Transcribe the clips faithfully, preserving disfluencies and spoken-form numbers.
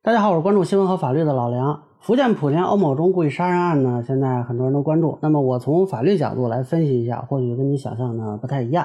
大家好，我是关注新闻和法律的老梁。福建莆田欧某中故意杀人案呢，现在很多人都关注。那么我从法律角度来分析一下，或许跟你想象的不太一样。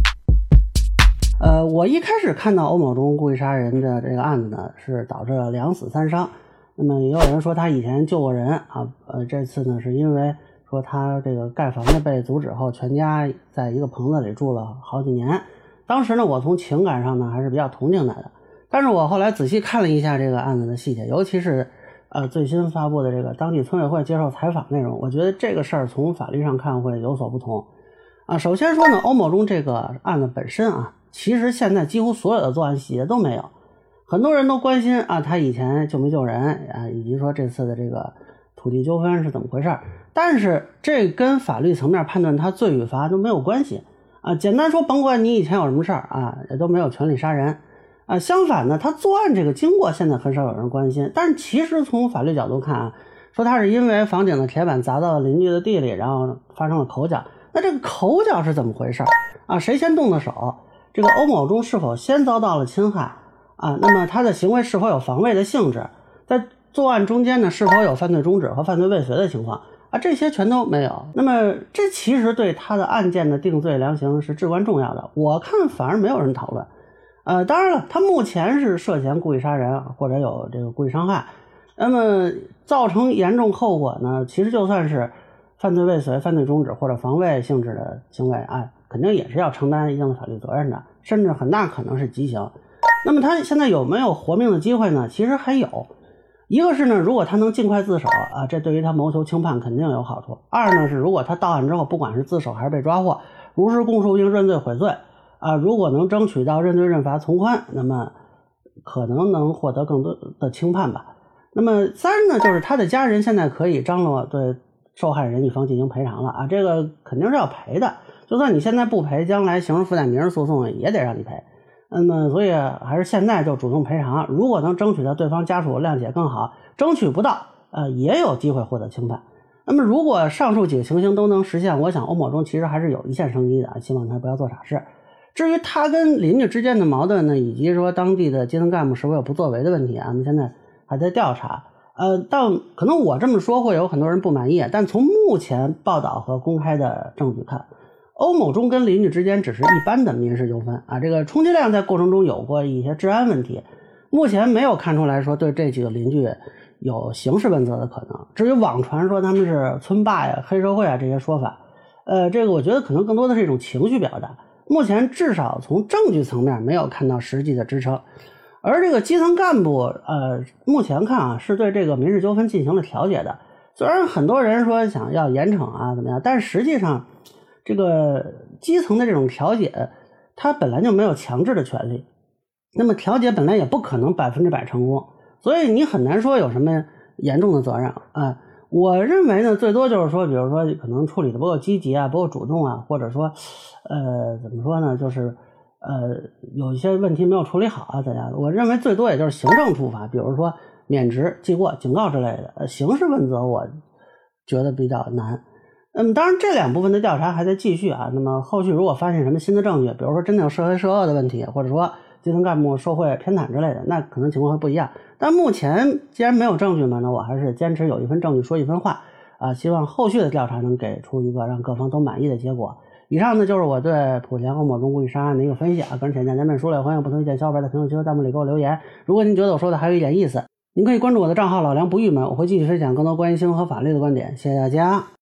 呃，我一开始看到欧某中故意杀人的这个案子呢，是导致了两死三伤。那么也有人说他以前救过人啊，呃，这次呢是因为说他这个盖房子被阻止后，全家在一个棚子里住了好几年。当时呢，我从情感上呢还是比较同情他的。但是我后来仔细看了一下这个案子的细节，尤其是呃最新发布的这个当地村委会接受采访内容，我觉得这个事儿从法律上看会有所不同啊。首先说呢，欧某中这个案子本身啊，其实现在几乎所有的作案细节都没有。很多人都关心啊，他以前救没救人啊，以及说这次的这个土地纠纷是怎么回事，但是这跟法律层面判断他罪与罚都没有关系啊。简单说，甭管你以前有什么事儿啊，也都没有权利杀人。啊，相反呢，他作案这个经过现在很少有人关心，但是其实从法律角度看啊，说他是因为房顶的铁板砸到了邻居的地里，然后发生了口角。那这个口角是怎么回事啊？谁先动的手？这个欧某中是否先遭到了侵害啊？那么他的行为是否有防卫的性质？在作案中间呢，是否有犯罪中止和犯罪未遂的情况啊？这些全都没有。那么这其实对他的案件的定罪量刑是至关重要的。我看反而没有人讨论。呃，当然了，他目前是涉嫌故意杀人或者有这个故意伤害，那么造成严重后果呢，其实就算是犯罪未遂、犯罪中止或者防卫性质的行为啊，肯定也是要承担一定的法律责任的，甚至很大可能是极刑。那么他现在有没有活命的机会呢？其实还有。一个是呢，如果他能尽快自首啊，这对于他谋求轻判肯定有好处。二呢是，如果他到案之后，不管是自首还是被抓获，如实供述并认罪悔罪啊，如果能争取到认罪认罚从宽，那么可能能获得更多的轻判吧。那么三呢，就是他的家人现在可以张罗对受害人一方进行赔偿了啊，这个肯定是要赔的，就算你现在不赔，将来刑事附带民事诉讼也得让你赔。那么所以还是现在就主动赔偿，如果能争取到对方家属谅解更好，争取不到呃也有机会获得轻判。那么如果上述几个情形都能实现，我想欧某中其实还是有一线生机的，希望他不要做傻事。至于他跟邻居之间的矛盾呢，以及说当地的基层干部是否有不作为的问题啊，我们现在还在调查。呃，但可能我这么说会有很多人不满意，但从目前报道和公开的证据看，欧某中跟邻居之间只是一般的民事纠纷啊，这个充其量在过程中有过一些治安问题，目前没有看出来说对这几个邻居有刑事问责的可能。至于网传说他们是村霸呀、黑社会啊这些说法，呃，这个我觉得可能更多的是一种情绪表达。目前至少从证据层面没有看到实际的支撑，而这个基层干部呃，目前看啊是对这个民事纠纷进行了调解的。虽然很多人说想要严惩啊怎么样，但是实际上这个基层的这种调解它本来就没有强制的权利，那么调解本来也不可能百分之百成功，所以你很难说有什么严重的责任啊。我认为呢，最多就是说，比如说可能处理的不够积极啊，不够主动啊，或者说，呃，怎么说呢，就是呃有一些问题没有处理好啊，怎样的？我认为最多也就是行政处罚，比如说免职、记过、警告之类的。呃，刑事问责我觉得比较难。那么当然这两部分的调查还在继续啊。那么后续如果发现什么新的证据，比如说真的有涉黑涉恶的问题，或者说基层干部受贿偏袒之类的，那可能情况会不一样。但目前既然没有证据嘛，那我还是坚持有一份证据说一分话啊，希望后续的调查能给出一个让各方都满意的结果。以上呢就是我对莆田欧某中故意杀案的一个分析啊，个人浅见难免疏漏，欢迎不同意见小伙伴在评论区和弹幕里给我留言。如果您觉得我说的还有一点意思，您可以关注我的账号老梁不郁闷，我会继续分享更多关于新闻和法律的观点。谢谢大家。